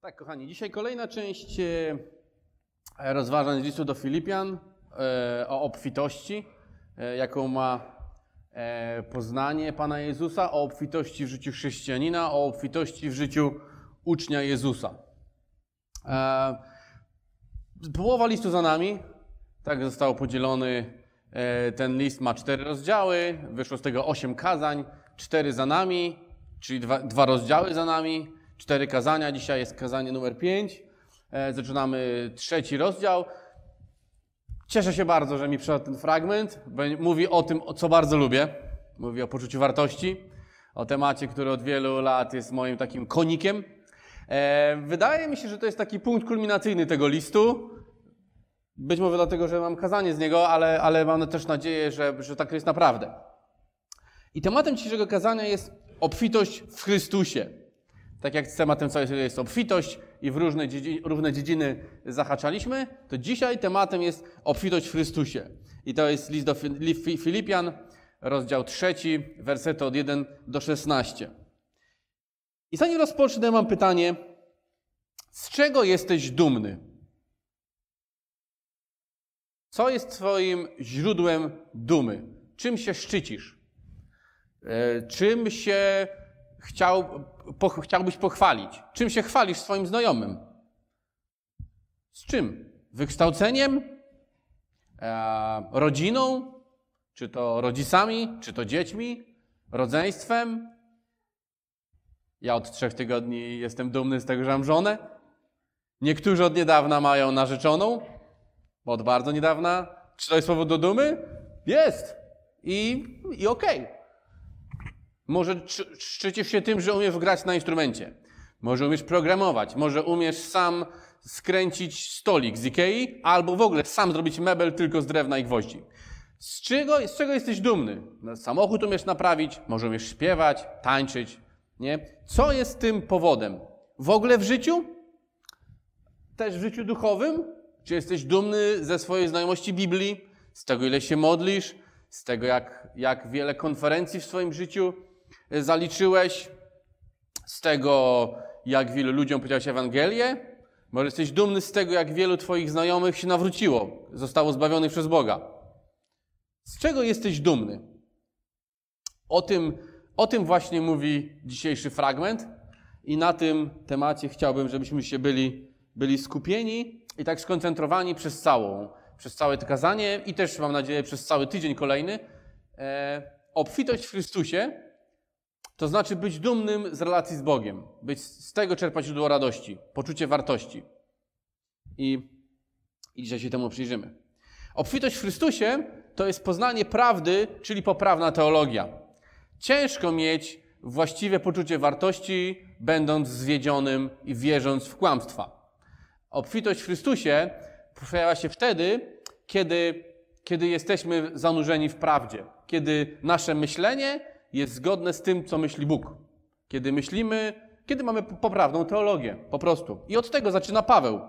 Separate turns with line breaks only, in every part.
Tak, kochani, dzisiaj kolejna część rozważań z listu do Filipian o obfitości, jaką ma poznanie Pana Jezusa, o obfitości w życiu chrześcijanina, o obfitości w życiu ucznia Jezusa. Połowa listu za nami, tak został podzielony ten list, ma 4 rozdziały, wyszło z tego 8 kazań, 4 za nami, czyli 2 rozdziały za nami, 4 kazania, dzisiaj jest kazanie numer 5. Zaczynamy 3 rozdział. Cieszę się bardzo, że mi przyszedł ten fragment. Mówi o tym, co bardzo lubię. Mówi o poczuciu wartości, o temacie, który od wielu lat jest moim takim konikiem. Wydaje mi się, że to jest taki punkt kulminacyjny tego listu. Być może dlatego, że mam kazanie z niego, ale mam też nadzieję, że tak jest naprawdę. I tematem dzisiejszego kazania jest obfitość w Chrystusie. Tak jak tematem całej serii jest obfitość i w różne dziedziny zahaczaliśmy, to dzisiaj tematem jest obfitość w Chrystusie. I to jest list do Filipian, rozdział 3, wersety od 1 do 16. I zanim rozpocznę, mam pytanie, z czego jesteś dumny? Co jest twoim źródłem dumy? Czym się szczycisz? Czym się chciałbyś pochwalić? Czym się chwalisz swoim znajomym? Z czym? Wykształceniem? Rodziną? Czy to rodzicami? Czy to dziećmi? Rodzeństwem? Ja od 3 tygodni jestem dumny z tego, że mam żonę. Niektórzy od niedawna mają narzeczoną. Od bardzo niedawna. Czy to jest powód do dumy? Jest. I okej. Może szczycisz się tym, że umiesz grać na instrumencie. Może umiesz programować. Może umiesz sam skręcić stolik z Ikei, albo w ogóle sam zrobić mebel tylko z drewna i gwoździ. Z czego jesteś dumny? Samochód umiesz naprawić, może umiesz śpiewać, tańczyć. Nie? Co jest tym powodem? W ogóle w życiu? Też w życiu duchowym? Czy jesteś dumny ze swojej znajomości Biblii? Z tego, ile się modlisz? Z tego, jak wiele konferencji w swoim życiu zaliczyłeś? Z tego, jak wielu ludziom powiedziałeś Ewangelię? Może jesteś dumny z tego, jak wielu twoich znajomych się nawróciło, zostało zbawionych przez Boga? Z czego jesteś dumny? O tym właśnie mówi dzisiejszy fragment i na tym temacie chciałbym, żebyśmy się byli skupieni i tak skoncentrowani przez całe to kazanie i też, mam nadzieję, przez cały tydzień kolejny. Obfitość w Chrystusie to znaczy być dumnym z relacji z Bogiem, być z tego czerpać źródło radości, poczucie wartości. I dzisiaj się temu przyjrzymy. Obfitość w Chrystusie to jest poznanie prawdy, czyli poprawna teologia. Ciężko mieć właściwe poczucie wartości, będąc zwiedzionym i wierząc w kłamstwa. Obfitość w Chrystusie pojawia się wtedy, kiedy jesteśmy zanurzeni w prawdzie. Kiedy nasze myślenie jest zgodne z tym, co myśli Bóg. Kiedy mamy poprawną teologię, po prostu. I od tego zaczyna Paweł.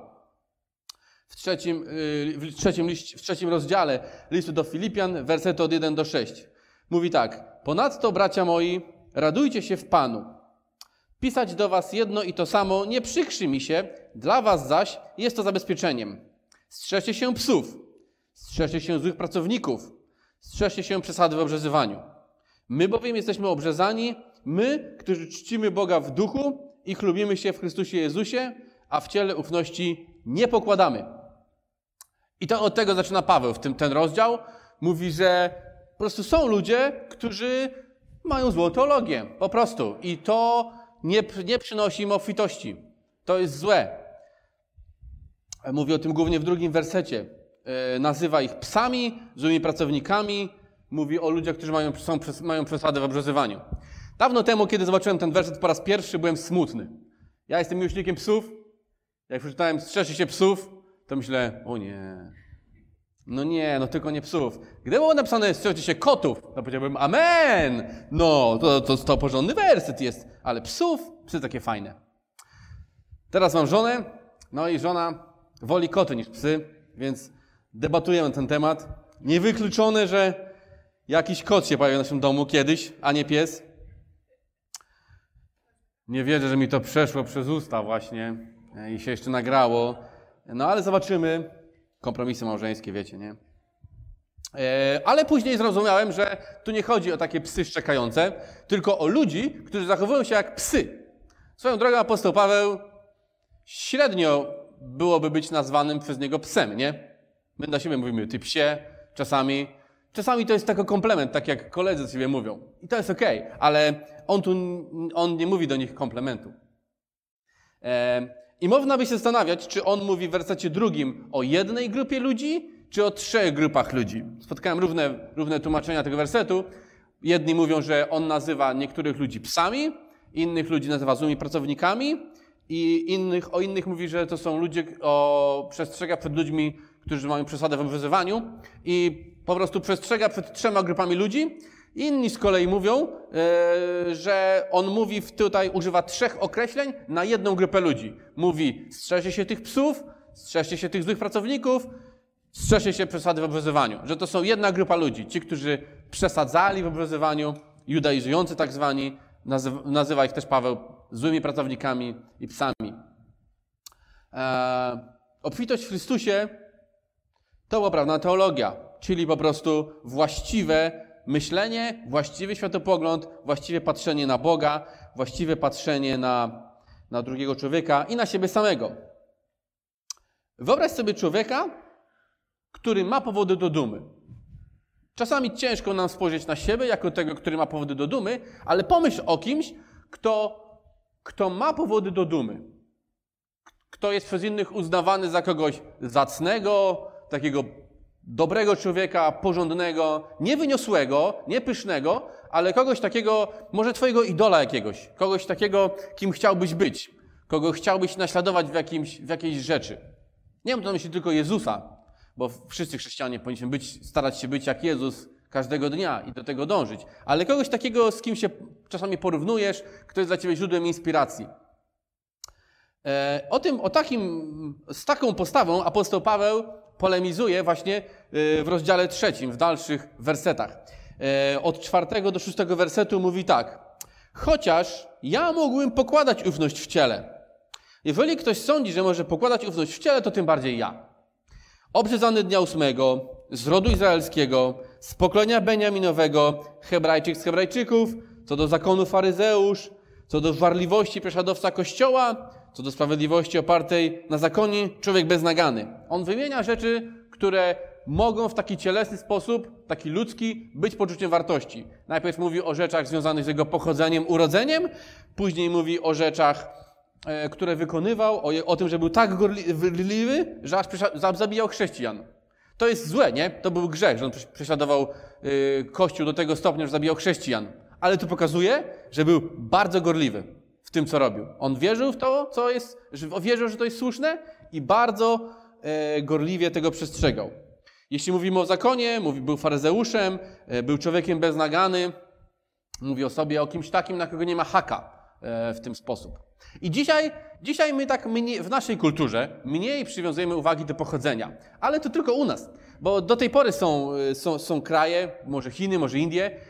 W trzecim rozdziale listu do Filipian, wersety od 1 do 6. Mówi tak. Ponadto, bracia moi, radujcie się w Panu. Pisać do was jedno i to samo nie przykrzy mi się, dla was zaś jest to zabezpieczeniem. Strzeżcie się psów, strzeżcie się złych pracowników, strzeżcie się przesady w obrzezywaniu. My bowiem jesteśmy obrzezani, my, którzy czcimy Boga w duchu i chlubimy się w Chrystusie Jezusie, a w ciele ufności nie pokładamy. I to od tego zaczyna Paweł ten rozdział. Mówi, że po prostu są ludzie, którzy mają złą teologię, po prostu. I to nie przynosi im obfitości. To jest złe. Mówi o tym głównie w 2 wersecie. Nazywa ich psami, złymi pracownikami. Mówi o ludziach, którzy mają przesadę w obrzezywaniu. Dawno temu, kiedy zobaczyłem ten werset po raz pierwszy, byłem smutny. Ja jestem miłośnikiem psów. Jak przeczytałem strzeżcie się psów, to myślę, o nie. No nie, tylko nie psów. Gdyby było napisane strzeżcie się kotów, to powiedziałbym amen. No, to porządny werset jest. Ale psy takie fajne. Teraz mam żonę, no i żona woli koty niż psy, więc debatujemy na ten temat. Niewykluczone, że jakiś kot się pojawi w naszym domu kiedyś, a nie pies. Nie wierzę, że mi to przeszło przez usta właśnie. i się jeszcze nagrało. No ale zobaczymy. Kompromisy małżeńskie, wiecie, nie? Ale później zrozumiałem, że tu nie chodzi o takie psy szczekające, tylko o ludzi, którzy zachowują się jak psy. Swoją drogą apostoł Paweł średnio byłoby być nazwanym przez niego psem, nie? My na siebie mówimy ty psie, czasami to jest taki komplement, tak jak koledzy do siebie mówią. I to jest okej, ale on nie mówi do nich komplementu. I można by się zastanawiać, czy on mówi w wersecie 2 o jednej grupie ludzi, czy o 3 grupach ludzi. Spotkałem różne tłumaczenia tego wersetu. Jedni mówią, że on nazywa niektórych ludzi psami, innych ludzi nazywa złymi pracownikami i o innych mówi, że to są ludzie, przestrzega przed ludźmi, którzy mają przesadę w obowiązywaniu i po prostu przestrzega przed 3 grupami ludzi. Inni z kolei mówią, że on mówi tutaj, używa 3 określeń na jedną grupę ludzi. Mówi, strzeżcie się tych psów, strzeżcie się tych złych pracowników, strzeżcie się przesady w obowiązywaniu. Że to są jedna grupa ludzi. Ci, którzy przesadzali w obowiązywaniu, judaizujący tak zwani, nazywa ich też Paweł złymi pracownikami i psami. Obfitość w Chrystusie to poprawna teologia, czyli po prostu właściwe myślenie, właściwy światopogląd, właściwe patrzenie na Boga, właściwe patrzenie na drugiego człowieka i na siebie samego. Wyobraź sobie człowieka, który ma powody do dumy. Czasami ciężko nam spojrzeć na siebie jako tego, który ma powody do dumy, ale pomyśl o kimś, kto ma powody do dumy. Kto jest przez innych uznawany za kogoś zacnego, takiego dobrego człowieka, porządnego, niewyniosłego, niepysznego, ale kogoś takiego, może twojego idola jakiegoś, kogoś takiego, kim chciałbyś być, kogo chciałbyś naśladować w jakiejś rzeczy. Nie mam tu na myśli tylko Jezusa, bo wszyscy chrześcijanie powinniśmy starać się być jak Jezus każdego dnia i do tego dążyć, ale kogoś takiego, z kim się czasami porównujesz, kto jest dla ciebie źródłem inspiracji. Z taką postawą apostoł Paweł polemizuje właśnie w rozdziale 3, w dalszych wersetach. Od 4 do 6 wersetu mówi tak. Chociaż ja mógłbym pokładać ufność w ciele. Jeżeli ktoś sądzi, że może pokładać ufność w ciele, to tym bardziej ja. Obrzezany dnia 8, z rodu izraelskiego, z pokolenia Beniaminowego, Hebrajczyk z Hebrajczyków, co do zakonu faryzeusz, co do żarliwości prześladowca Kościoła, co do sprawiedliwości opartej na zakonie, człowiek beznagany. On wymienia rzeczy, które mogą w taki cielesny sposób, taki ludzki, być poczuciem wartości. Najpierw mówi o rzeczach związanych z jego pochodzeniem, urodzeniem, później mówi o rzeczach, które wykonywał, o tym, że był tak gorliwy, że aż zabijał chrześcijan. To jest złe, nie? To był grzech, że on prześladował Kościół do tego stopnia, że zabijał chrześcijan. Ale to pokazuje, że był bardzo gorliwy w tym, co robił. On wierzył w to, wierzył, że to jest słuszne i bardzo gorliwie tego przestrzegał. Jeśli mówimy o zakonie, był faryzeuszem, był człowiekiem beznagany, mówi o sobie, o kimś takim, na kogo nie ma haka w tym sposób. I dzisiaj my tak w naszej kulturze mniej przywiązujemy uwagi do pochodzenia, ale to tylko u nas, bo do tej pory są kraje, może Chiny, może Indie,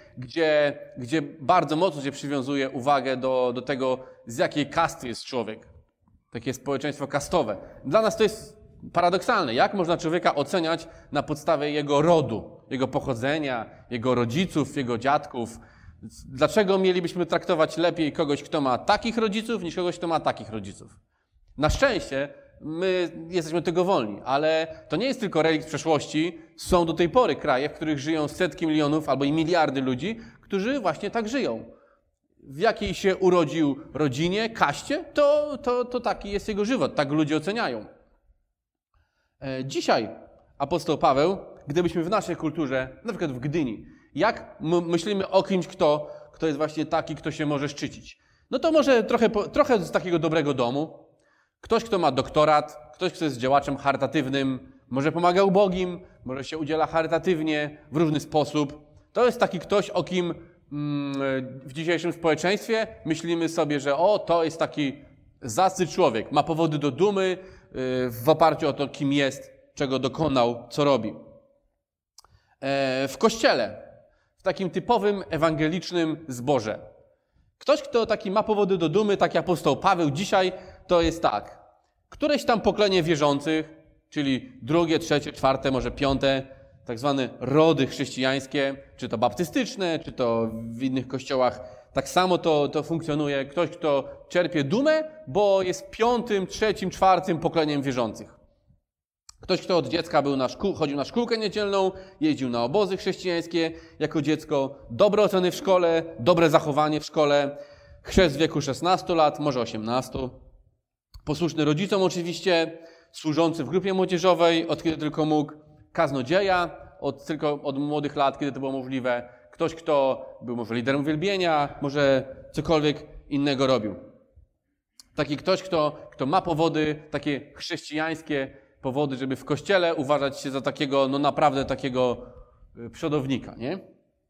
gdzie bardzo mocno się przywiązuje uwagę do tego, z jakiej kasty jest człowiek. Takie społeczeństwo kastowe. Dla nas to jest paradoksalne. Jak można człowieka oceniać na podstawie jego rodu, jego pochodzenia, jego rodziców, jego dziadków? Dlaczego mielibyśmy traktować lepiej kogoś, kto ma takich rodziców, niż kogoś, kto ma takich rodziców? Na szczęście my jesteśmy tego wolni, ale to nie jest tylko relikt przeszłości. Są do tej pory kraje, w których żyją setki milionów albo i miliardy ludzi, którzy właśnie tak żyją. W jakiej się urodził rodzinie, kaście, to taki jest jego żywot, tak ludzie oceniają. Dzisiaj apostoł Paweł, gdybyśmy w naszej kulturze, na przykład w Gdyni, jak myślimy o kimś, kto jest właśnie taki, kto się może szczycić? No to może trochę z takiego dobrego domu, ktoś, kto ma doktorat, ktoś, kto jest działaczem charytatywnym, może pomaga ubogim, może się udziela charytatywnie w różny sposób. To jest taki ktoś, o kim w dzisiejszym społeczeństwie myślimy sobie, że to jest taki zacny człowiek, ma powody do dumy w oparciu o to, kim jest, czego dokonał, co robi. W Kościele, w takim typowym ewangelicznym zborze. Ktoś, kto taki ma powody do dumy, tak jak apostoł Paweł dzisiaj, to jest tak. któreś tam pokolenie wierzących, czyli drugie, trzecie, czwarte, może piąte, tak zwane rody chrześcijańskie, czy to baptystyczne, czy to w innych kościołach, tak samo to funkcjonuje. Ktoś, kto czerpie dumę, bo jest piątym, trzecim, czwartym pokoleniem wierzących. Ktoś, kto od dziecka chodził na szkółkę niedzielną, jeździł na obozy chrześcijańskie jako dziecko, dobre oceny w szkole, dobre zachowanie w szkole, chrzest w wieku 16 lat, może 18. Posłuszny rodzicom oczywiście, służący w grupie młodzieżowej, od kiedy tylko mógł, kaznodzieja, tylko od młodych lat, kiedy to było możliwe. Ktoś, kto był może liderem uwielbienia, może cokolwiek innego robił. Taki ktoś, kto ma powody, takie chrześcijańskie powody, żeby w kościele uważać się za takiego, no naprawdę takiego przodownika, nie?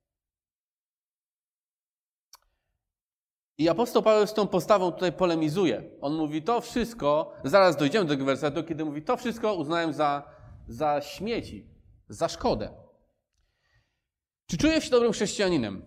I apostoł Paweł z tą postawą tutaj polemizuje. On mówi, to wszystko, zaraz dojdziemy do tego wersetu, kiedy mówi, to wszystko uznałem za śmieci, za szkodę. Czy czujesz się dobrym chrześcijaninem?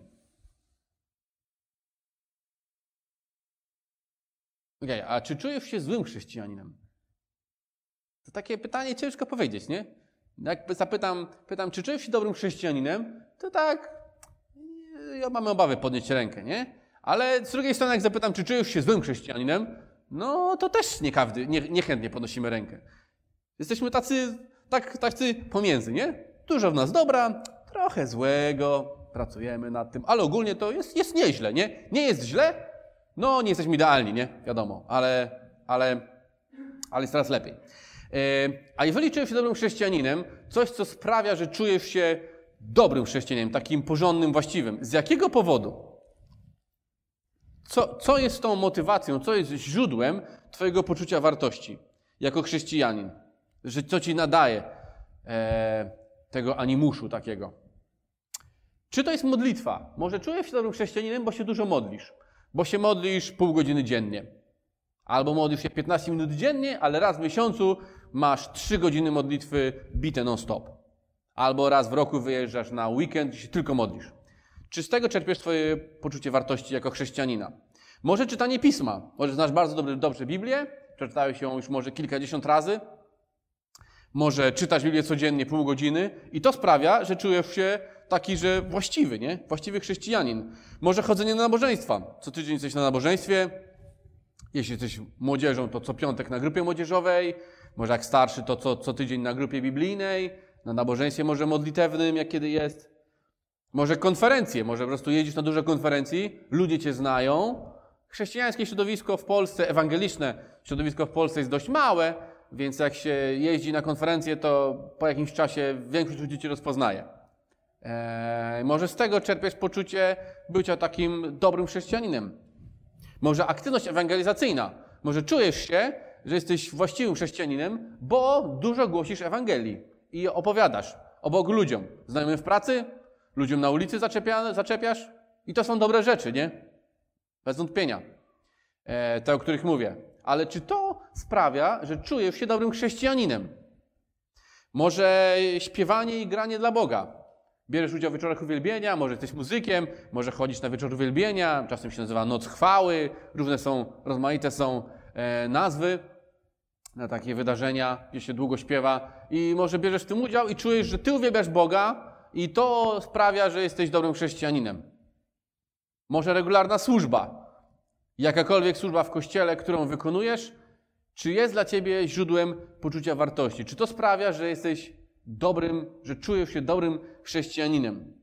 Okay, a czy czujesz się złym chrześcijaninem? To takie pytanie ciężko powiedzieć, nie? Jak pytam, czy czujesz się dobrym chrześcijaninem, to tak, ja mamy obawy podnieść rękę, nie? Ale z drugiej strony, jak zapytam, czy czujesz się złym chrześcijaninem, no to też niechętnie podnosimy rękę. Jesteśmy tacy pomiędzy, nie? Dużo w nas dobra, trochę złego, pracujemy nad tym, ale ogólnie to jest nieźle, nie? Nie jest źle, no nie jesteśmy idealni, nie? Wiadomo, ale jest coraz lepiej. A jeżeli czujesz się dobrym chrześcijaninem, coś, co sprawia, że czujesz się dobrym chrześcijaninem, takim porządnym, właściwym, z jakiego powodu? Co jest tą motywacją, co jest źródłem twojego poczucia wartości jako chrześcijanin? Co ci nadaje tego animuszu takiego? Czy to jest modlitwa? Może czujesz się dobrym chrześcijaninem, bo się dużo modlisz. Bo się modlisz pół godziny dziennie. Albo modlisz się 15 minut dziennie, ale raz w miesiącu masz 3 godziny modlitwy bite non-stop. Albo raz w roku wyjeżdżasz na weekend i się tylko modlisz. Czy z tego czerpiesz twoje poczucie wartości jako chrześcijanina? Może czytanie pisma. Może znasz bardzo dobrze Biblię, przeczytałeś ją już może kilkadziesiąt razy. Może czytasz Biblię codziennie pół godziny i to sprawia, że czujesz się taki, że właściwy, nie? Właściwy chrześcijanin. Może chodzenie na nabożeństwa. Co tydzień jesteś na nabożeństwie. Jeśli jesteś młodzieżą, to co piątek na grupie młodzieżowej. Może jak starszy, to co tydzień na grupie biblijnej. Na nabożeństwie może modlitewnym, jak kiedy jest. Może konferencje. Może po prostu jeździsz na duże konferencji. Ludzie cię znają. Chrześcijańskie środowisko w Polsce, ewangeliczne środowisko w Polsce jest dość małe, więc jak się jeździ na konferencję, to po jakimś czasie większość ludzi cię rozpoznaje. Może z tego czerpiesz poczucie bycia takim dobrym chrześcijaninem. Może aktywność ewangelizacyjna. Może czujesz się, że jesteś właściwym chrześcijaninem, bo dużo głosisz Ewangelii i opowiadasz obok ludziom. Znajomym w pracy, ludziom na ulicy zaczepiasz i to są dobre rzeczy, nie? Bez wątpienia. Te, o których mówię. Ale czy to sprawia, że czujesz się dobrym chrześcijaninem? Może śpiewanie i granie dla Boga. Bierzesz udział w wieczorach uwielbienia, może jesteś muzykiem, może chodzisz na wieczór uwielbienia, czasem się nazywa Noc Chwały, rozmaite są nazwy na takie wydarzenia, gdzie się długo śpiewa i może bierzesz w tym udział i czujesz, że ty uwielbiasz Boga i to sprawia, że jesteś dobrym chrześcijaninem. Może regularna służba, jakakolwiek służba w kościele, którą wykonujesz, czy jest dla ciebie źródłem poczucia wartości? Czy to sprawia, że jesteś dobrym, że czujesz się dobrym chrześcijaninem?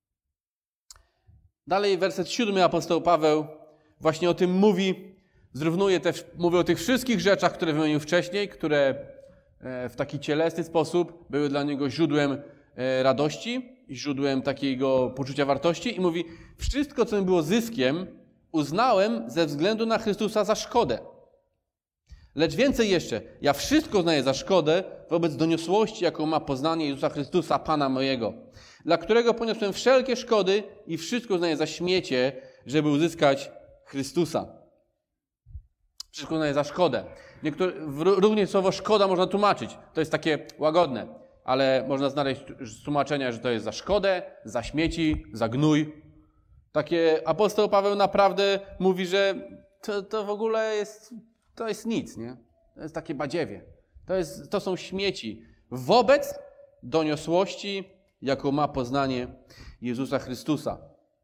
Dalej werset 7 apostoł Paweł właśnie o tym mówi. Mówi o tych wszystkich rzeczach, które wymienił wcześniej, które w taki cielesny sposób były dla niego źródłem radości, źródłem takiego poczucia wartości i mówi, wszystko, co mi było zyskiem, uznałem ze względu na Chrystusa za szkodę. Lecz więcej jeszcze, ja wszystko uznaję za szkodę wobec doniosłości, jaką ma poznanie Jezusa Chrystusa, Pana mojego, dla którego poniosłem wszelkie szkody i wszystko uznaję za śmiecie, żeby uzyskać Chrystusa. Wszystko uznaję za szkodę. Również słowo szkoda można tłumaczyć. To jest takie łagodne, ale można znaleźć tłumaczenia, że to jest za szkodę, za śmieci, za gnój. Takie apostoł Paweł naprawdę mówi, że to w ogóle jest nic, nie? To jest takie badziewie. To są śmieci wobec doniosłości, jaką ma poznanie Jezusa Chrystusa.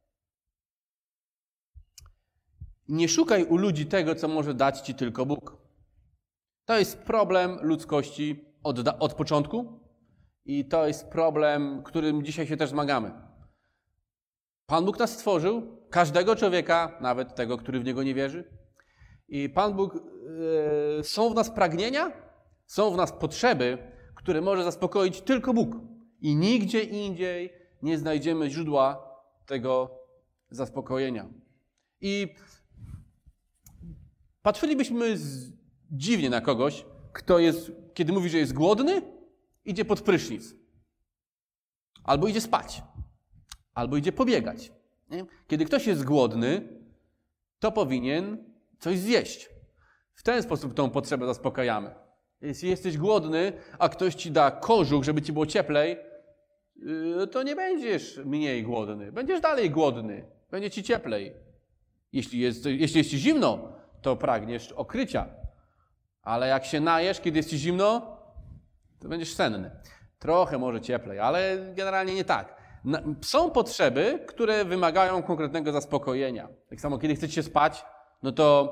Nie szukaj u ludzi tego, co może dać ci tylko Bóg. To jest problem ludzkości od początku i to jest problem, którym dzisiaj się też zmagamy. Pan Bóg nas stworzył, każdego człowieka, nawet tego, który w Niego nie wierzy. I Pan Bóg, są w nas pragnienia, są w nas potrzeby, które może zaspokoić tylko Bóg. I nigdzie indziej nie znajdziemy źródła tego zaspokojenia. I patrzylibyśmy dziwnie na kogoś, kto jest, kiedy mówi, że jest głodny, idzie pod prysznic. Albo idzie spać. Albo idzie pobiegać. Nie? Kiedy ktoś jest głodny, to powinien coś zjeść. W ten sposób tą potrzebę zaspokajamy. Jeśli jesteś głodny, a ktoś ci da kożuch, żeby ci było cieplej, to nie będziesz mniej głodny. Będziesz dalej głodny. Będzie ci cieplej. Jeśli jest ci zimno, to pragniesz okrycia. Ale jak się najesz, kiedy jest ci zimno, to będziesz senny. Trochę może cieplej, ale generalnie nie tak. Są potrzeby, które wymagają konkretnego zaspokojenia. Tak samo, kiedy chcecie spać, no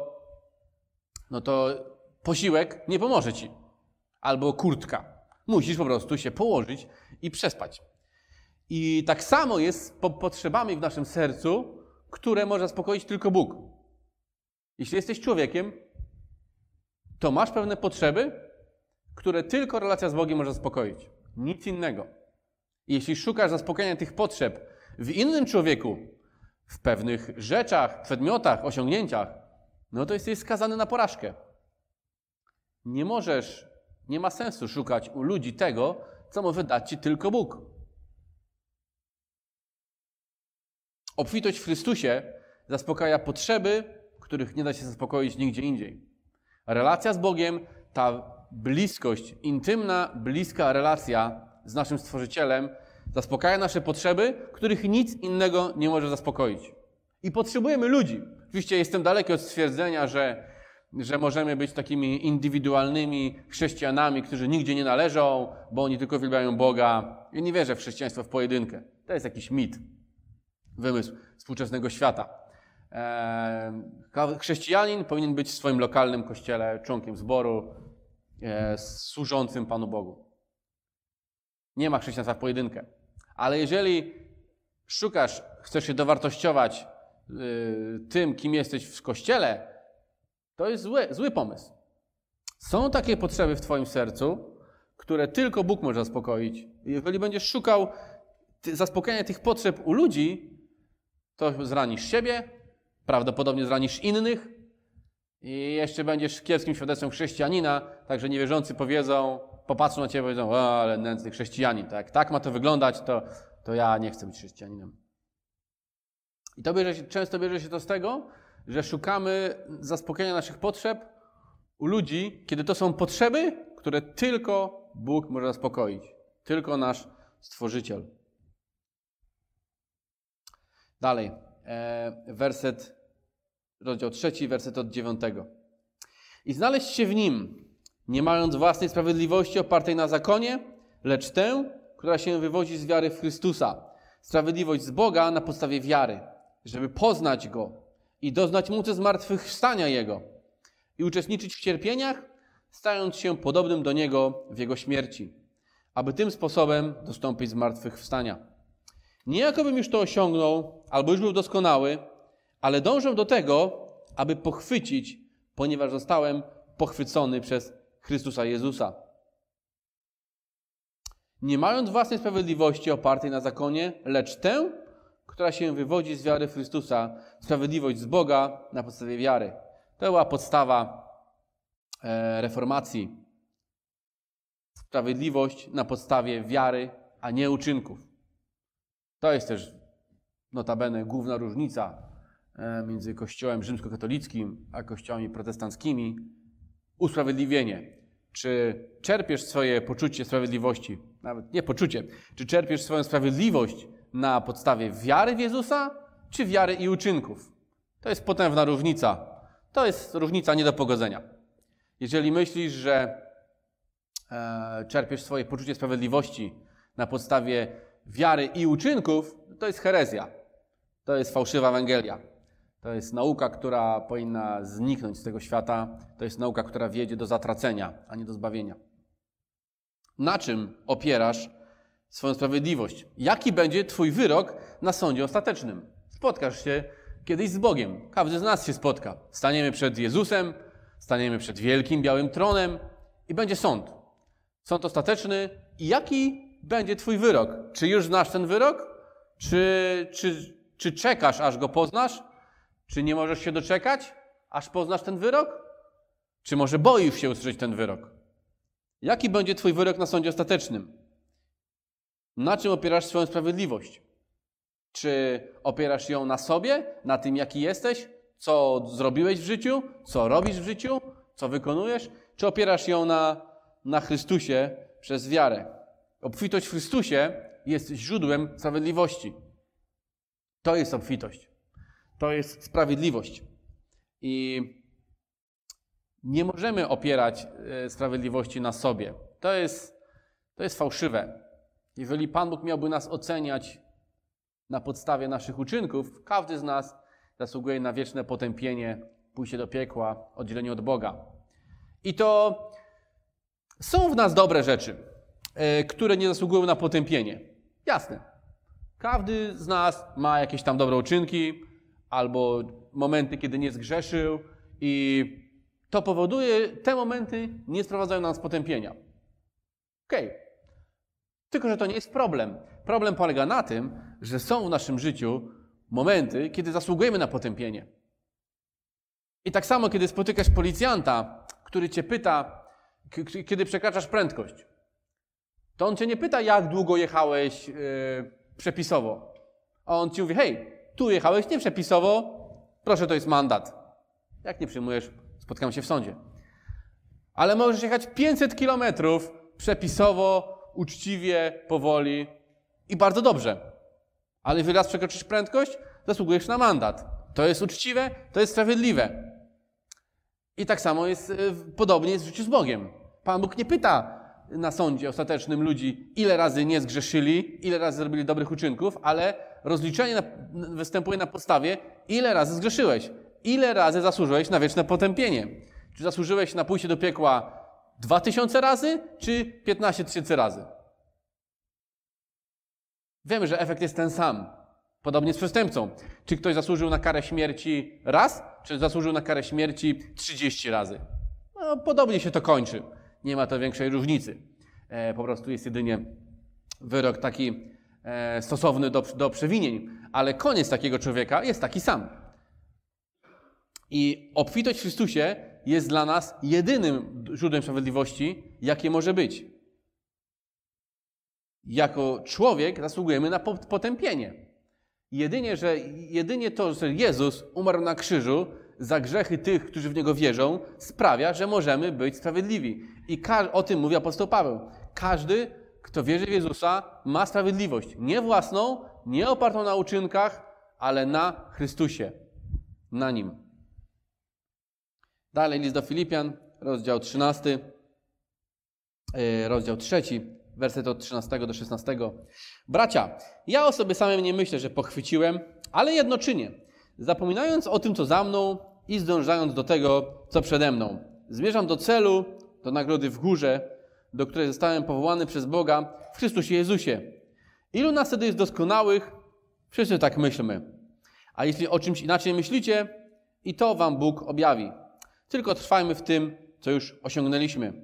to posiłek nie pomoże ci. Albo kurtka. Musisz po prostu się położyć i przespać. I tak samo jest z potrzebami w naszym sercu, które może zaspokoić tylko Bóg. Jeśli jesteś człowiekiem, to masz pewne potrzeby, które tylko relacja z Bogiem może zaspokoić. Nic innego. Jeśli szukasz zaspokojenia tych potrzeb w innym człowieku, w pewnych rzeczach, przedmiotach, osiągnięciach, no to jesteś skazany na porażkę. Nie ma sensu szukać u ludzi tego, co może dać ci tylko Bóg. Obfitość w Chrystusie zaspokaja potrzeby, których nie da się zaspokoić nigdzie indziej. Relacja z Bogiem, ta bliskość, intymna, bliska relacja z naszym Stworzycielem zaspokaja nasze potrzeby, których nic innego nie może zaspokoić. I potrzebujemy ludzi. Oczywiście jestem daleki od stwierdzenia, że możemy być takimi indywidualnymi chrześcijanami, którzy nigdzie nie należą, bo oni tylko uwielbiają Boga. Ja nie wierzę w chrześcijaństwo w pojedynkę. To jest jakiś mit, wymysł współczesnego świata. Chrześcijanin powinien być w swoim lokalnym kościele członkiem zboru, służącym Panu Bogu. Nie ma chrześcijaństwa w pojedynkę. Ale jeżeli chcesz się dowartościować tym, kim jesteś w kościele, to jest zły pomysł. Są takie potrzeby w twoim sercu, które tylko Bóg może zaspokoić. Jeżeli będziesz szukał zaspokojenia tych potrzeb u ludzi, to zranisz siebie, prawdopodobnie zranisz innych i jeszcze będziesz kiepskim świadectwem chrześcijanina, także niewierzący popatrzą na ciebie i powiedzą: o, ale nędzny chrześcijanin. Tak ma to wyglądać, to ja nie chcę być chrześcijaninem. I często bierze się to z tego, że szukamy zaspokojenia naszych potrzeb u ludzi, kiedy to są potrzeby, które tylko Bóg może zaspokoić. Tylko nasz Stworzyciel. Dalej. Rozdział 3, werset od 9. I znaleźć się w Nim, nie mając własnej sprawiedliwości opartej na zakonie, lecz tę, która się wywodzi z wiary w Chrystusa. Sprawiedliwość z Boga na podstawie wiary, żeby poznać Go i doznać mocy zmartwychwstania Jego i uczestniczyć w cierpieniach, stając się podobnym do Niego w Jego śmierci, aby tym sposobem dostąpić zmartwychwstania. Nie jakobym już to osiągnął, albo już był doskonały, ale dążę do tego, aby pochwycić, ponieważ zostałem pochwycony przez Chrystusa Jezusa. Nie mając własnej sprawiedliwości opartej na zakonie, lecz tę, która się wywodzi z wiary w Chrystusa, sprawiedliwość z Boga na podstawie wiary. To była podstawa reformacji. Sprawiedliwość na podstawie wiary, a nie uczynków. To jest też notabene główna różnica między Kościołem rzymskokatolickim a kościołami protestanckimi. Usprawiedliwienie. Czy czerpiesz swoje poczucie sprawiedliwości, nawet nie poczucie, czy czerpiesz swoją sprawiedliwość na podstawie wiary w Jezusa, czy wiary i uczynków? To jest potężna różnica. To jest różnica nie do pogodzenia. Jeżeli myślisz, że czerpiesz swoje poczucie sprawiedliwości na podstawie wiary i uczynków, to jest herezja. To jest fałszywa Ewangelia. To jest nauka, która powinna zniknąć z tego świata. To jest nauka, która wiedzie do zatracenia, a nie do zbawienia. Na czym opierasz swoją sprawiedliwość? Jaki będzie twój wyrok na sądzie ostatecznym? Spotkasz się kiedyś z Bogiem. Każdy z nas się spotka. Staniemy przed Jezusem, staniemy przed wielkim, białym tronem i będzie sąd. Sąd ostateczny. I jaki będzie twój wyrok? Czy już znasz ten wyrok? Czy czekasz, aż go poznasz? Czy nie możesz się doczekać, aż poznasz ten wyrok? Czy może boisz się usłyszeć ten wyrok? Jaki będzie twój wyrok na sądzie ostatecznym? Na czym opierasz swoją sprawiedliwość? Czy opierasz ją na sobie, na tym, jaki jesteś, co zrobiłeś w życiu, co robisz w życiu, co wykonujesz? Czy opierasz ją na Chrystusie przez wiarę? Obfitość w Chrystusie jest źródłem sprawiedliwości. To jest obfitość. To jest sprawiedliwość. I nie możemy opierać sprawiedliwości na sobie. To jest fałszywe. Jeżeli Pan Bóg miałby nas oceniać na podstawie naszych uczynków, każdy z nas zasługuje na wieczne potępienie, pójście do piekła, oddzielenie od Boga. I to są w nas dobre rzeczy, które nie zasługują na potępienie. Jasne. Każdy z nas ma jakieś tam dobre uczynki albo momenty, kiedy nie zgrzeszył i to powoduje, te momenty nie sprowadzają nas potępienia. Okej. Tylko że to nie jest problem. Problem polega na tym, że są w naszym życiu momenty, kiedy zasługujemy na potępienie. I tak samo, kiedy spotykasz policjanta, który cię pyta, kiedy przekraczasz prędkość, to on cię nie pyta, jak długo jechałeś przepisowo. A on ci mówi, hej, tu jechałeś nieprzepisowo, proszę, to jest mandat. Jak nie przyjmujesz, spotkamy się w sądzie. Ale możesz jechać 500 kilometrów przepisowo, uczciwie, powoli i bardzo dobrze. Ale jeżeli raz przekroczysz prędkość, zasługujesz na mandat. To jest uczciwe, to jest sprawiedliwe. I tak samo jest, podobnie jest w życiu z Bogiem. Pan Bóg nie pyta na sądzie ostatecznym ludzi, ile razy nie zgrzeszyli, ile razy zrobili dobrych uczynków, ale rozliczenie występuje na podstawie, ile razy zgrzeszyłeś, ile razy zasłużyłeś na wieczne potępienie. Czy zasłużyłeś na pójście do piekła 2000 razy, czy 15 000 razy? Wiemy, że efekt jest ten sam. Podobnie z przestępcą. Czy ktoś zasłużył na karę śmierci raz, czy zasłużył na karę śmierci 30 razy? No, podobnie się to kończy. Nie ma to większej różnicy. Po prostu jest jedynie wyrok taki stosowny do przewinień. Ale koniec takiego człowieka jest taki sam. I obfitość w Chrystusie jest dla nas jedynym źródłem sprawiedliwości, jakie może być. Jako człowiek zasługujemy na potępienie. Jedynie to, że Jezus umarł na krzyżu za grzechy tych, którzy w Niego wierzą, sprawia, że możemy być sprawiedliwi. I o tym mówi apostoł Paweł. Każdy, kto wierzy w Jezusa, ma sprawiedliwość. Nie własną, nie opartą na uczynkach, ale na Chrystusie. Na Nim. Dalej list do Filipian, rozdział 13, rozdział 3, werset od 13 do 16. Bracia, ja o sobie samym nie myślę, że pochwyciłem, ale jedno czynię, zapominając o tym, co za mną i zdążając do tego, co przede mną. Zmierzam do celu, do nagrody w górze, do której zostałem powołany przez Boga w Chrystusie Jezusie. Ilu nas wtedy jest doskonałych? Wszyscy tak myślmy. A jeśli o czymś inaczej myślicie, i to wam Bóg objawi. Tylko trwajmy w tym, co już osiągnęliśmy.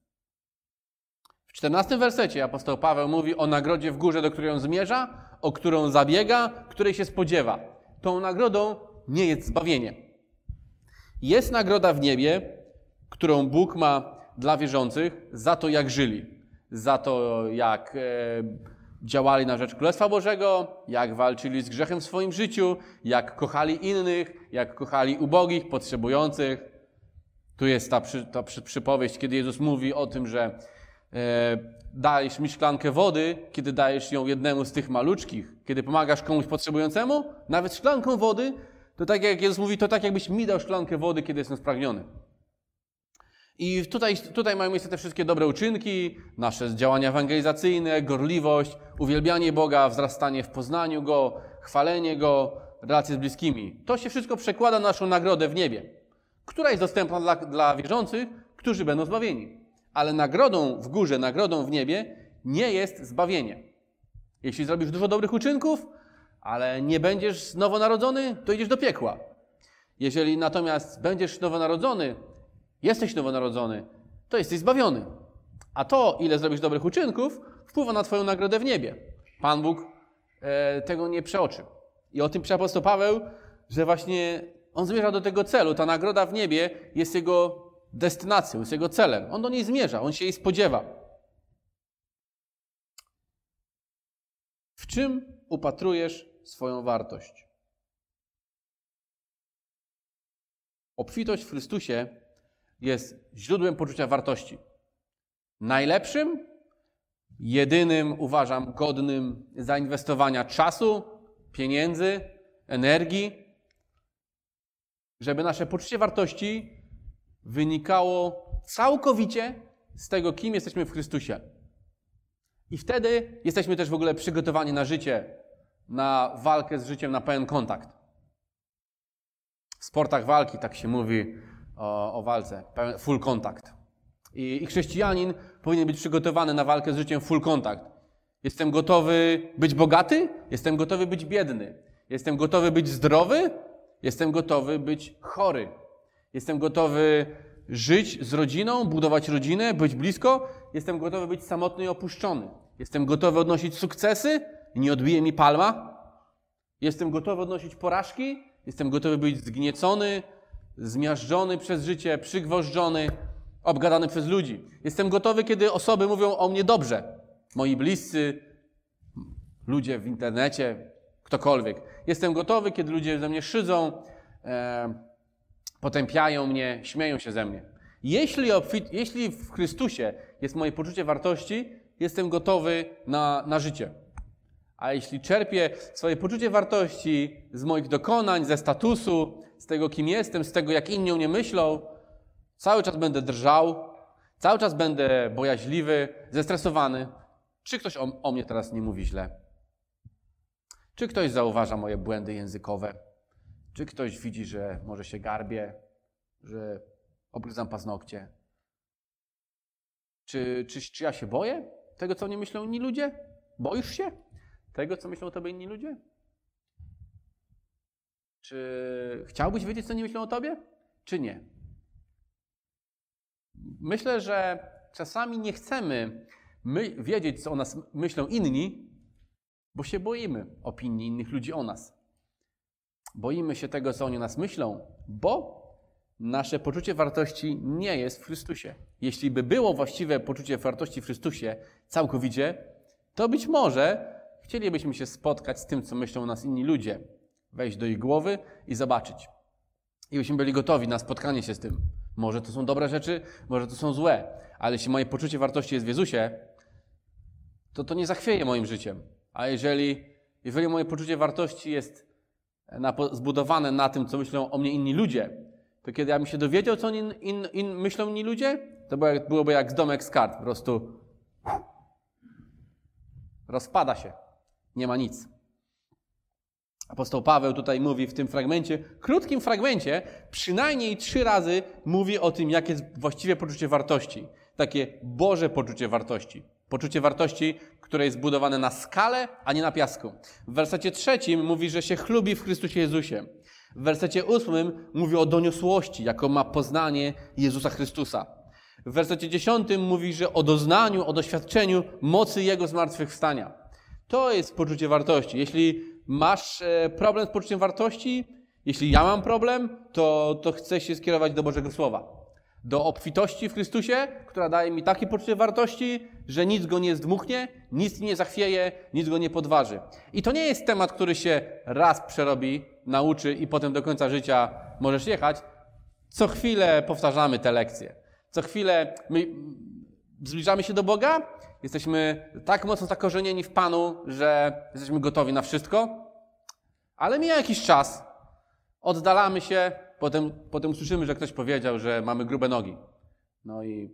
W 14 wersecie apostoł Paweł mówi o nagrodzie w górze, do której on zmierza, o którą zabiega, której się spodziewa. Tą nagrodą nie jest zbawienie. Jest nagroda w niebie, którą Bóg ma dla wierzących za to, jak żyli. Za to, jak działali na rzecz Królestwa Bożego, jak walczyli z grzechem w swoim życiu, jak kochali innych, jak kochali ubogich, potrzebujących. Tu jest ta przypowieść, kiedy Jezus mówi o tym, że dajesz mi szklankę wody, kiedy dajesz ją jednemu z tych maluczkich. Kiedy pomagasz komuś potrzebującemu, nawet szklanką wody, to tak jak Jezus mówi, to tak jakbyś mi dał szklankę wody, kiedy jestem spragniony. I tutaj mają miejsce te wszystkie dobre uczynki, nasze działania ewangelizacyjne, gorliwość, uwielbianie Boga, wzrastanie w poznaniu Go, chwalenie Go, relacje z bliskimi. To się wszystko przekłada na naszą nagrodę w niebie, która jest dostępna dla wierzących, którzy będą zbawieni. Ale nagrodą w górze, nagrodą w niebie nie jest zbawienie. Jeśli zrobisz dużo dobrych uczynków, ale nie będziesz nowonarodzony, to idziesz do piekła. Jeżeli natomiast będziesz nowonarodzony, jesteś nowonarodzony, to jesteś zbawiony. A to, ile zrobisz dobrych uczynków, wpływa na twoją nagrodę w niebie. Pan Bóg tego nie przeoczy. I o tym pisze apostoł Paweł, że właśnie on zmierza do tego celu. Ta nagroda w niebie jest jego destynacją, jest jego celem. On do niej zmierza, on się jej spodziewa. W czym upatrujesz swoją wartość? Obfitość w Chrystusie jest źródłem poczucia wartości. Najlepszym, jedynym, uważam, godnym zainwestowania czasu, pieniędzy, energii, żeby nasze poczucie wartości wynikało całkowicie z tego, kim jesteśmy w Chrystusie. I wtedy jesteśmy też w ogóle przygotowani na życie, na walkę z życiem, na pełen kontakt. W sportach walki tak się mówi o walce, full contact. I chrześcijanin powinien być przygotowany na walkę z życiem full contact. Jestem gotowy być bogaty, jestem gotowy być biedny. Jestem gotowy być zdrowy, jestem gotowy być chory. Jestem gotowy żyć z rodziną, budować rodzinę, być blisko. Jestem gotowy być samotny i opuszczony. Jestem gotowy odnosić sukcesy i nie odbije mi palma. Jestem gotowy odnosić porażki. Jestem gotowy być zgniecony, zmiażdżony przez życie, przygwożdżony, obgadany przez ludzi. Jestem gotowy, kiedy osoby mówią o mnie dobrze. Moi bliscy, ludzie w internecie, ktokolwiek. Jestem gotowy, kiedy ludzie ze mnie szydzą, potępiają mnie, śmieją się ze mnie. Jeśli w Chrystusie jest moje poczucie wartości, jestem gotowy na życie. A jeśli czerpię swoje poczucie wartości z moich dokonań, ze statusu, z tego, kim jestem, z tego, jak inni o mnie myślą, cały czas będę drżał, cały czas będę bojaźliwy, zestresowany. Czy ktoś o mnie teraz nie mówi źle? Czy ktoś zauważa moje błędy językowe? Czy ktoś widzi, że może się garbię, że obgryzam paznokcie? Czy ja się boję tego, co o mnie myślą inni ludzie? Boisz się tego, co myślą o tobie inni ludzie? Czy chciałbyś wiedzieć, co nie myślą o tobie? Czy nie? Myślę, że czasami nie chcemy wiedzieć, co o nas myślą inni, bo się boimy opinii innych ludzi o nas. Boimy się tego, co oni o nas myślą, bo nasze poczucie wartości nie jest w Chrystusie. Jeśli by było właściwe poczucie wartości w Chrystusie całkowicie, to być może chcielibyśmy się spotkać z tym, co myślą o nas inni ludzie. Wejść do ich głowy i zobaczyć. I byśmy byli gotowi na spotkanie się z tym. Może to są dobre rzeczy, może to są złe. Ale jeśli moje poczucie wartości jest w Jezusie, to nie zachwieje moim życiem. A jeżeli moje poczucie wartości jest zbudowane na tym, co myślą o mnie inni ludzie, to kiedy ja bym się dowiedział, co myślą inni ludzie, to byłoby jak domek z kart. Po prostu rozpada się. Nie ma nic. Apostoł Paweł tutaj mówi w tym fragmencie, krótkim fragmencie, przynajmniej 3 razy mówi o tym, jakie jest właściwie poczucie wartości. Takie Boże poczucie wartości. Poczucie wartości, które jest budowane na skale, a nie na piasku. W wersecie 3 mówi, że się chlubi w Chrystusie Jezusie. W wersecie 8 mówi o doniosłości, jaką ma poznanie Jezusa Chrystusa. W wersecie 10 mówi, że o doznaniu, o doświadczeniu mocy Jego zmartwychwstania. To jest poczucie wartości. Jeśli masz problem z poczuciem wartości, jeśli ja mam problem, to chcę się skierować do Bożego Słowa. Do obfitości w Chrystusie, która daje mi takie poczucie wartości, że nic go nie zdmuchnie, nic nie zachwieje, nic go nie podważy. I to nie jest temat, który się raz przerobi, nauczy i potem do końca życia możesz jechać. Co chwilę powtarzamy te lekcje. Co chwilę my zbliżamy się do Boga, jesteśmy tak mocno zakorzenieni w Panu, że jesteśmy gotowi na wszystko, ale mija jakiś czas, oddalamy się, potem słyszymy, że ktoś powiedział, że mamy grube nogi. No i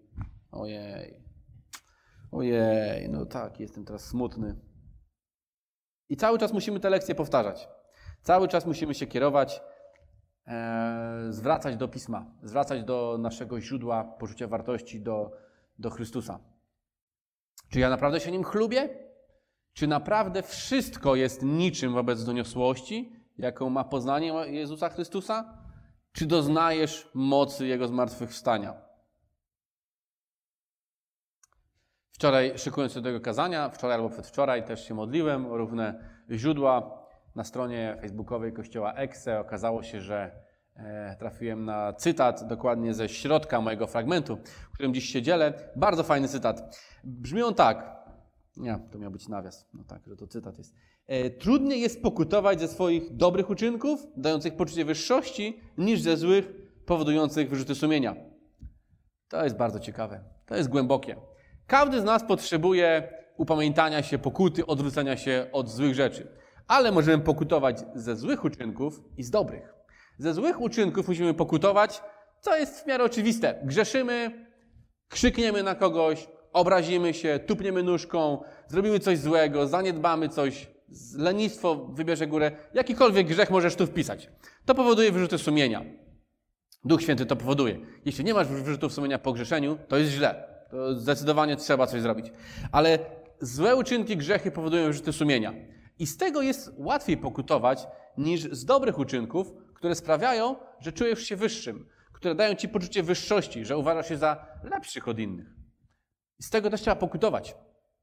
no tak, jestem teraz smutny. I cały czas musimy te lekcje powtarzać. Cały czas musimy się kierować, zwracać do Pisma, zwracać do naszego źródła poczucia wartości, do Chrystusa. Czy ja naprawdę się nim chlubię? Czy naprawdę wszystko jest niczym wobec doniosłości, jaką ma poznanie Jezusa Chrystusa? Czy doznajesz mocy Jego zmartwychwstania? Wczoraj, szykując się do tego kazania, wczoraj albo przedwczoraj też się modliłem o różne źródła. Na stronie facebookowej Kościoła Ekse okazało się, że trafiłem na cytat dokładnie ze środka mojego fragmentu, którym dziś się dzielę. Bardzo fajny cytat. Brzmi on tak. Nie, to miał być nawias. No tak, że to cytat jest. Trudniej jest pokutować ze swoich dobrych uczynków, dających poczucie wyższości, niż ze złych, powodujących wyrzuty sumienia. To jest bardzo ciekawe. To jest głębokie. Każdy z nas potrzebuje upamiętania się, pokuty, odwrócenia się od złych rzeczy. Ale możemy pokutować ze złych uczynków i z dobrych. Ze złych uczynków musimy pokutować, co jest w miarę oczywiste. Grzeszymy, krzykniemy na kogoś, obrazimy się, tupniemy nóżką, zrobimy coś złego, zaniedbamy coś, lenistwo wybierze górę. Jakikolwiek grzech możesz tu wpisać. To powoduje wyrzuty sumienia. Duch Święty to powoduje. Jeśli nie masz wyrzutów sumienia po grzeszeniu, to jest źle. To zdecydowanie trzeba coś zrobić. Ale złe uczynki, grzechy powodują wyrzuty sumienia. I z tego jest łatwiej pokutować niż z dobrych uczynków, które sprawiają, że czujesz się wyższym, które dają ci poczucie wyższości, że uważasz się za lepszych od innych. I z tego też trzeba pokutować.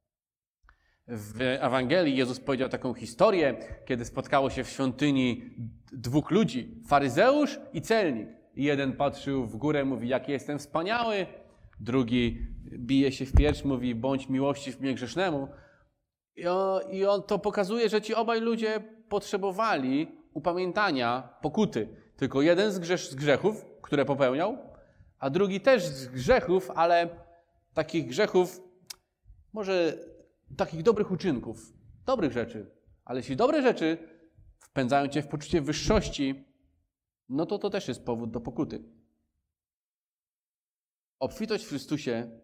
W Ewangelii Jezus powiedział taką historię, kiedy spotkało się w świątyni dwóch ludzi, faryzeusz i celnik. I jeden patrzył w górę, mówi, jaki jestem wspaniały. Drugi bije się w pierś, mówi, bądź miłościw mnie grzesznemu. I on to pokazuje, że ci obaj ludzie potrzebowali upamiętania, pokuty. Tylko jeden z grzechów, które popełniał, a drugi też z grzechów, ale takich grzechów, może takich dobrych uczynków, dobrych rzeczy. Ale jeśli dobre rzeczy wpędzają cię w poczucie wyższości, no to też jest powód do pokuty. Obfitość w Chrystusie,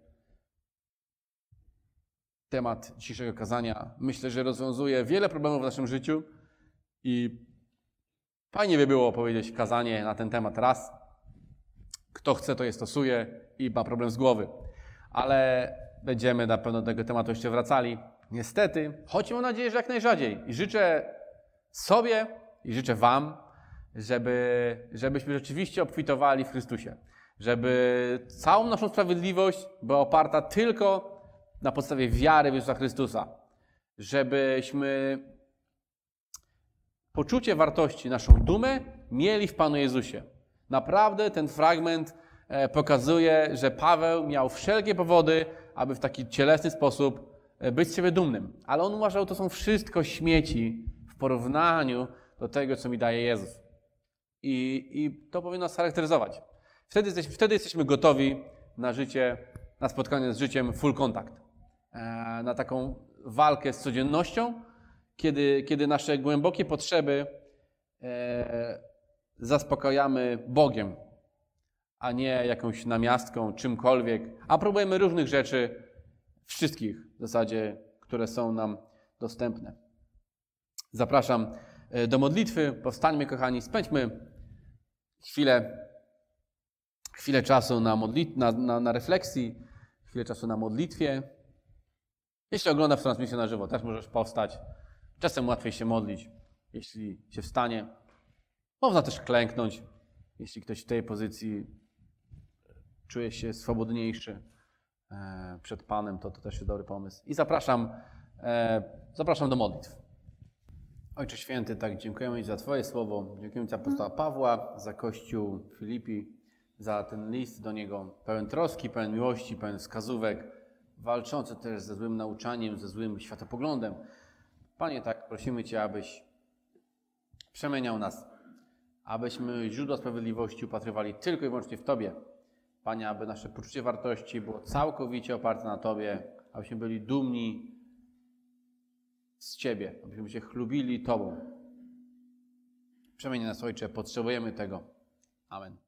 temat dzisiejszego kazania, myślę, że rozwiązuje wiele problemów w naszym życiu i fajnie by było powiedzieć kazanie na ten temat raz. Kto chce, to je stosuje i ma problem z głowy. Ale będziemy na pewno do tego tematu jeszcze wracali. Niestety, choć mam nadzieję, że jak najrzadziej. I życzę sobie i życzę wam, żebyśmy rzeczywiście obfitowali w Chrystusie. Żeby całą naszą sprawiedliwość była oparta tylko na podstawie wiary w Jezusa Chrystusa. Żebyśmy poczucie wartości, naszą dumę mieli w Panu Jezusie. Naprawdę ten fragment pokazuje, że Paweł miał wszelkie powody, aby w taki cielesny sposób być z siebie dumnym. Ale on uważał, że to są wszystko śmieci w porównaniu do tego, co mi daje Jezus. I to powinno nas charakteryzować. Wtedy jesteśmy gotowi na życie, na spotkanie z życiem full contact. Na taką walkę z codziennością, kiedy nasze głębokie potrzeby zaspokajamy Bogiem, a nie jakąś namiastką, czymkolwiek, a próbujemy różnych rzeczy, wszystkich w zasadzie, które są nam dostępne. Zapraszam do modlitwy. Powstańmy, kochani, spędźmy chwilę czasu na refleksji, chwilę czasu na modlitwie. Jeśli oglądasz transmisję na żywo, też możesz powstać. Czasem łatwiej się modlić, jeśli się wstanie. Można też klęknąć, jeśli ktoś w tej pozycji czuje się swobodniejszy przed Panem, to też jest dobry pomysł. I zapraszam do modlitw. Ojcze Święty, tak dziękujemy Ci za Twoje słowo, dziękujemy Ci za apostoła Pawła, za Kościół Filipi, za ten list do niego pełen troski, pełen miłości, pełen wskazówek, walczący też ze złym nauczaniem, ze złym światopoglądem. Panie, tak prosimy Cię, abyś przemieniał nas, abyśmy źródła sprawiedliwości upatrywali tylko i wyłącznie w Tobie. Panie, aby nasze poczucie wartości było całkowicie oparte na Tobie, abyśmy byli dumni z Ciebie, abyśmy się chlubili Tobą. Przemień nas, Ojcze, potrzebujemy tego. Amen.